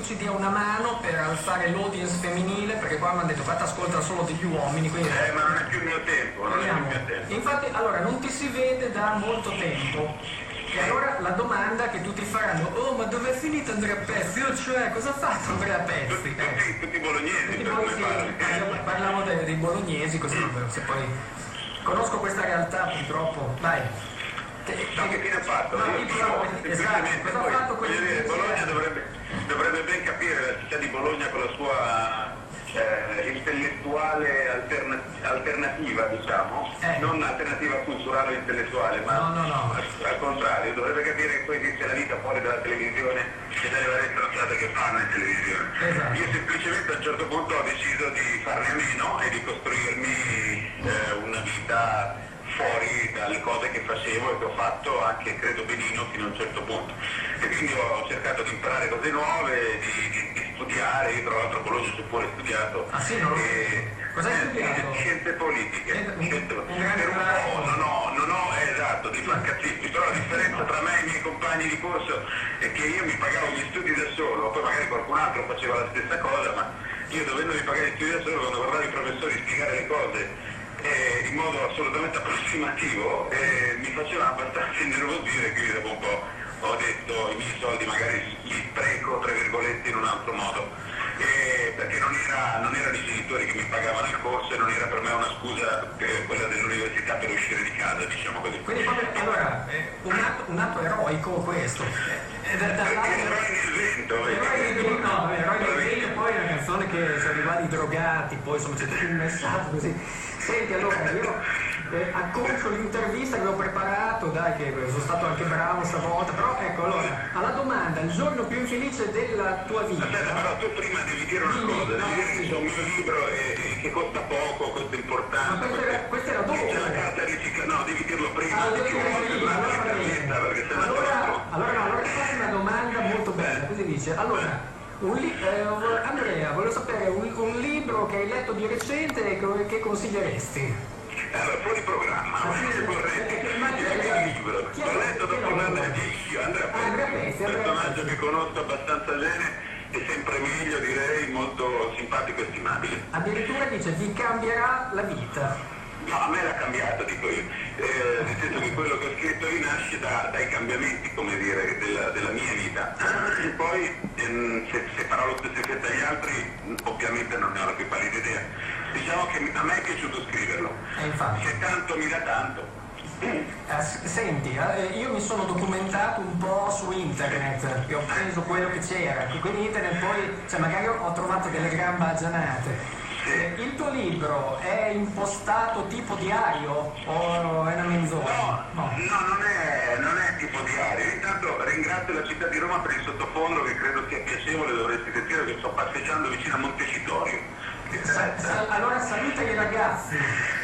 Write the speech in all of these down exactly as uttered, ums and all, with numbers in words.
tu ci dia una mano per alzare l'audience femminile, perché qua mi hanno detto fate ascolta solo degli uomini, quindi... Eh, ma non è più il mio tempo, non è più il mio tempo. Infatti, allora, non ti si vede da molto tempo. E allora la domanda che tutti faranno, oh ma dove è finito Andrea Pezzi? Io cioè, cosa ha fatto Andrea Pezzi? Tutti, tutti, tutti bolognesi, tutti per bolognesi, come parli. parliamo dei, dei bolognesi, così se poi... Conosco questa realtà purtroppo, dai. Che, no, che fine ha fatto? No, io dico, semplicemente, esatto, poi, fatto voglio dire, Bologna dovrebbe, dovrebbe ben capire la città di Bologna con la sua eh, intellettuale alterna- alternativa, diciamo, eh. non alternativa culturale o intellettuale, ma no, no, no. Al, al contrario, dovrebbe capire che poi esiste la vita fuori dalla televisione e dalle varie stronzate che fanno in televisione. Esatto. Io semplicemente a un certo punto ho deciso di farne a meno e di costruirmi eh, una vita fuori dalle cose che facevo e che ho fatto anche credo benino fino a un certo punto, e quindi ho cercato di imparare cose nuove, di, di, di studiare. Io tra l'altro a Bologna ci ho pure studiato. Ah sì, no? E, cosa hai eh, studiato? Scienze politiche. Un, Scienze, un per un po' non ho, non ho eh, esatto, di francazzisti, però la differenza tra me e i miei compagni di corso è che io mi pagavo gli studi da solo, poi magari qualcun altro faceva la stessa cosa, ma io dovendomi pagare gli studi da solo, quando guardavo i professori spiegare le cose Eh, in modo assolutamente approssimativo, eh, mi faceva abbastanza innervosire, quindi dopo un po' ho detto i miei soldi magari li spreco tra virgolette in un altro modo, eh, perché non, era, non erano i genitori che mi pagavano il corso e non era per me una scusa eh, quella dell'università per uscire di casa, diciamo così. Quindi proprio, allora, eh, un, atto, un atto eroico questo. Eh, da, da, da, eroi nel vento, eroi nel vento, no, eroi nel vento, poi una canzone che sono arrivati drogati, poi insomma c'è tutto un messaggio così. Senti, allora, io eh, acconcio l'intervista che ho preparato, dai che sono stato anche bravo stavolta, però ecco, allora, alla domanda, il giorno più infelice della tua vita... Aspetta, però tu prima devi dire una Dimmi, cosa, devi no, dire che sì. c'è un mio libro e, e che costa poco, costa importante. Ma questo era, questo era dopo? C'è la carta riciclata, no, devi dirlo prima, Ah, se devo ti dire vuoi, prima, allora va bene. intervista, perché se no Allora, troppo. allora no, allora ti faccio una domanda molto bella, così dice, allora, un li- eh, Andrea, volevo sapere un, un libro che hai letto di recente e che, che consiglieresti? Allora, fuori programma, Ah, sì, vorrei perché- ma chi dire è- il libro. chi è- L'ho letto chi è dopo un anno l'autore? e io, Andrea Ah, Andrea Pezzi, Pezzi, un Andrea personaggio Pezzi. che conosco abbastanza bene e sempre meglio, direi, molto simpatico e stimabile. Addirittura dice vi cambierà la vita. No, a me l'ha cambiato, dico io, eh, nel senso che quello che ho scritto io nasce da, dai cambiamenti, come dire, della, della mia vita. E poi ehm, se, se farò lo stesso effetto agli altri, ovviamente non ne ho la più pallida idea. Diciamo che a me è piaciuto scriverlo. E infatti. Se tanto mi dà tanto. Eh, s- senti, eh, io mi sono documentato un po' su internet e ho preso quello che c'era, quindi internet poi, cioè magari ho ho trovato delle gamba aggianate. Eh, il tuo libro è impostato tipo diario o è una menzogna? No, no, non è, non è tipo diario. Intanto ringrazio la città di Roma per il sottofondo che credo sia piacevole, dovresti sentire che sto passeggiando vicino a Montecitorio. Sa- sa- allora saluta i ragazzi.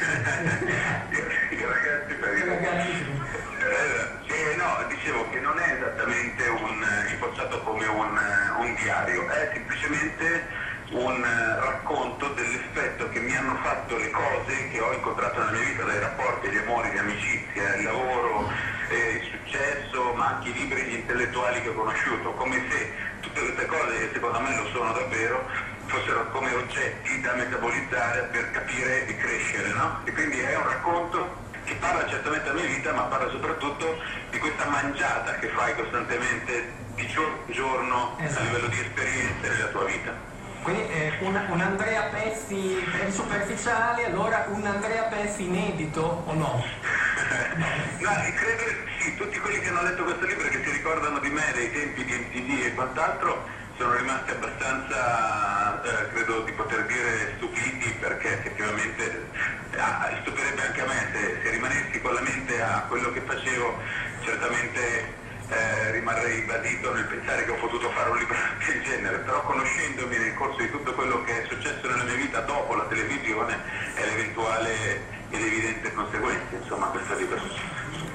I ragazzi per I il... ragazzi. Eh, eh, no, dicevo che non è esattamente un, impostato come un, un diario, è semplicemente un racconto dell'effetto che mi hanno fatto le cose che ho incontrato nella mia vita, dai rapporti, gli amori, le amicizie, il lavoro, eh, il successo, ma anche i libri, gli intellettuali che ho conosciuto, come se tutte queste cose, che secondo me lo sono davvero, fossero come oggetti da metabolizzare per capire e crescere, no? E quindi è un racconto che parla certamente della mia vita, ma parla soprattutto di questa mangiata che fai costantemente di giorno in giorno Esatto. a livello di esperienze nella tua vita. Quindi eh, un, un Andrea Pezzi per superficiale, allora un Andrea Pezzi inedito o no? No, credo sì, tutti quelli che hanno letto questo libro e che si ricordano di me dei tempi di M T V e quant'altro sono rimasti abbastanza, eh, credo di poter dire, stupiti, perché effettivamente ah, stupirebbe anche a me se, se rimanessi con la mente a quello che facevo, certamente eh, rimarrei basito nel pensare che ho potuto fare un libro del genere, però conoscendomi nel corso di tutto quello che è successo nella mia vita dopo la televisione e l'eventuale ed evidente conseguenza, insomma, questo libro.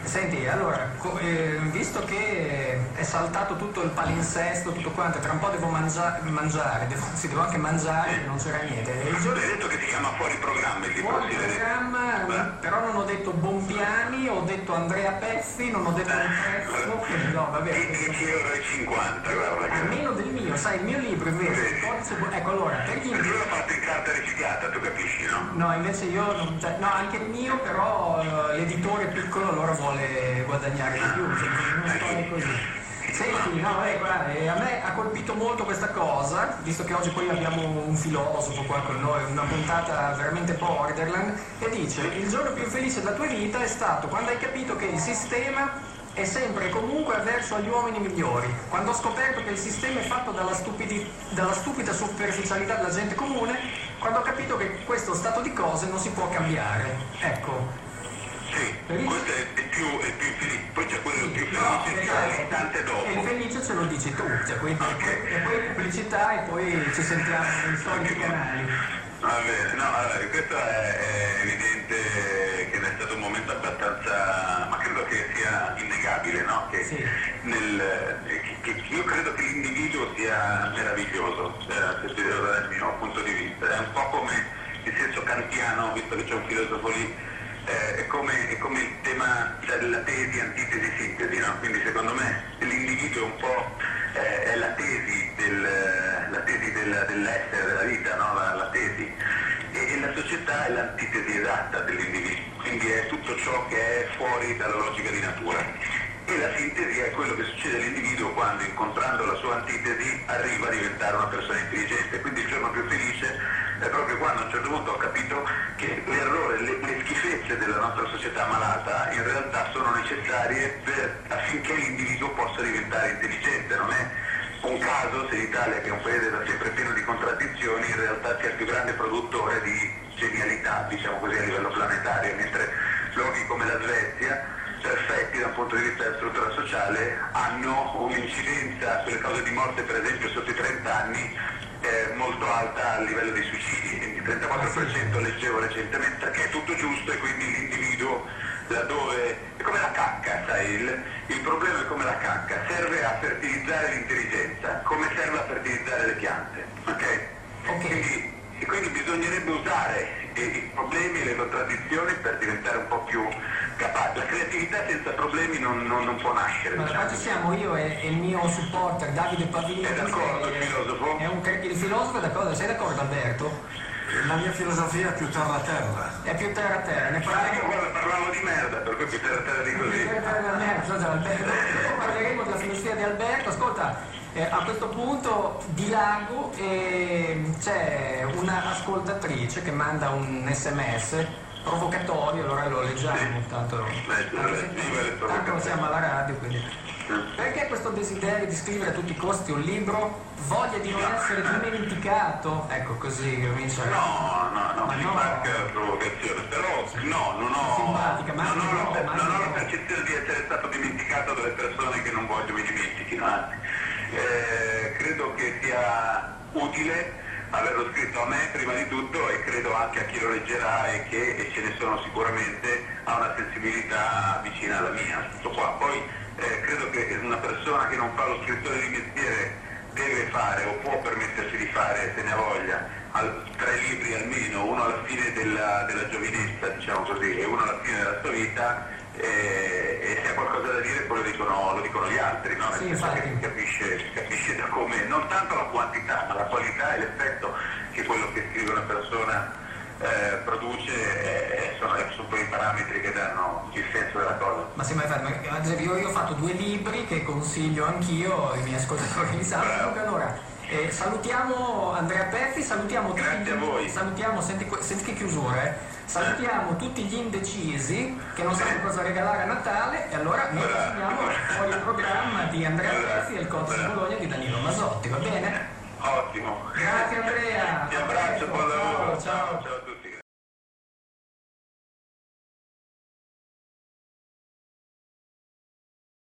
Senti, allora, co- eh, visto che è saltato tutto il palinsesto, tutto quanto, tra un po' devo mangia- mangiare, devo, sì, devo anche mangiare, non c'era niente. Il giorno Hai detto che si chiama Fuori Programma il libro? fuori Sì, l'hai detto. programma, Beh. però non ho detto Bompiani, ho detto Andrea Pezzi, non ho detto il prezzo, quindi no, vabbè. dieci euro e cinquanta, guarda. A meno del mio, sai, il mio libro invece, il codice bo- ecco allora, per gli Perché lui l'ho fatto in carta riciclata, tu capisci, no? no, invece io, non- cioè, no, anche il mio, però eh, l'editore piccolo allora vuole guadagnare di più, cioè, non sto così. Senti, no, vabbè, guarda, eh, a me ha colpito molto questa cosa, visto che oggi poi abbiamo un filosofo qua con noi, una puntata veramente borderland, e dice, il giorno più infelice della tua vita è stato quando hai capito che il sistema è sempre e comunque avverso agli uomini migliori, quando ho scoperto che il sistema è fatto dalla, stupidi- dalla stupida superficialità della gente comune, quando ho capito che questo stato di cose non si può cambiare. Ecco. Sì, Felice? questo è il più, è il più infelice, poi c'è quello più No, felice che è l'istante e il dopo. felice ce lo dici tu, cioè, quindi, Ok. e poi pubblicità e poi ci sentiamo nei soliti canali. Va bene, no, allora, questo è, è evidente che è stato un momento abbastanza, ma credo che sia innegabile, no? Che Sì. nel, che, che io credo che l'individuo sia meraviglioso, eh, se si vede dal mio punto di vista, è un po' come il senso kantiano, visto che c'è un filosofo lì, eh, è, come, è come il tema della tesi, antitesi, sintesi, no? Quindi secondo me l'individuo è un po' eh, è la tesi, del, la tesi del, dell'essere, della vita, no? la, la tesi, e, e la società è l'antitesi esatta dell'individuo, quindi è tutto ciò che è fuori dalla logica di natura. E la sintesi è quello che succede all'individuo quando, incontrando la sua antitesi, arriva a diventare una persona intelligente. Quindi il giorno più felice è proprio quando a un certo punto ho capito che l'errore, le, le schifezze della nostra società malata in realtà sono necessarie per, affinché l'individuo possa diventare intelligente. Non è un caso se l'Italia, che è un paese da sempre pieno di contraddizioni, in realtà sia il più grande produttore di genialità, diciamo così, a livello planetario, mentre luoghi come la Svezia, perfetti da un punto di vista della struttura sociale, hanno un'incidenza sulle cause di morte, per esempio sotto i trenta anni, eh, molto alta a livello di suicidi, quindi il trentaquattro per cento leggevo recentemente, perché è tutto giusto e quindi l'individuo, laddove è come la cacca, sai, il, il problema è come la cacca, serve a fertilizzare l'intelligenza, come serve a fertilizzare le piante, ok? Ok. Quindi, e quindi bisognerebbe usare i, i problemi e le contraddizioni per diventare un po' più capaci. La creatività senza problemi non, non, non può nascere. Ma Diciamo. qua ci siamo io e, e il mio supporter Davide Pavini. È d'accordo il filosofo? È un, il filosofo è d'accordo, sei d'accordo Alberto? La mia filosofia è più terra a terra. È più terra a terra, ne Ma io parliamo. guarda, parlavo di merda, per cui più terra terra di così. Dopo parleremo della filosofia di Alberto. Ascolta, eh, a questo punto dilago e c'è una ascoltatrice che manda un sms provocatorio, allora lo leggiamo, tanto, Leggi, tanto, leggi, viva le tanto provocazioni. siamo alla radio, quindi. Perché questo desiderio di scrivere a tutti i costi un libro? Voglia di non essere dimenticato? Ecco, così comincia. No, no, no, Ma mi no. manca la provocazione, però no, non ho, Simpatica, ma non ho, anche la, no, per- ma non ho anche la no. percezione di essere stato dimenticato dalle persone che non voglio mi dimenticino, anzi. Eh, credo che sia utile averlo scritto a me prima di tutto e credo anche a chi lo leggerà e che, e ce ne sono sicuramente, ha una sensibilità vicina alla mia, tutto qua. Poi eh, credo che una persona che non fa lo scrittore di mestiere deve fare o può permettersi di fare, se ne ha voglia, al, tre libri almeno, uno alla fine della, della giovinezza, diciamo così, e uno alla fine della sua vita, e, e se ha qualcosa da dire poi lo dicono, lo dicono gli altri, no? Nel Sì, senso infatti. che si capisce, si capisce da come, non tanto la quantità, ma la qualità e l'effetto che quello che scrive una persona eh, produce, eh, sono, sono poi i parametri che danno il senso della cosa. Ma sì, ma infatti, ma- ad esempio io, io ho fatto due libri che consiglio anch'io, i miei ascoltatori li sanno. Bravo. Comunque, allora, eh, salutiamo Andrea Pezzi, salutiamo tutti Grazie gli, a voi. salutiamo, senti, que- senti che chiusura, eh. Salutiamo tutti gli indecisi che non sanno cosa regalare a Natale e allora noi Bravo. continuiamo fuori il programma di Andrea Pezzi e il Codice Bravo. Bologna di Danilo Masotti, va bene? Ottimo. Grazie Andrea! Ti abbraccio, buon lavoro. Ciao, ciao. Ciao a tutti.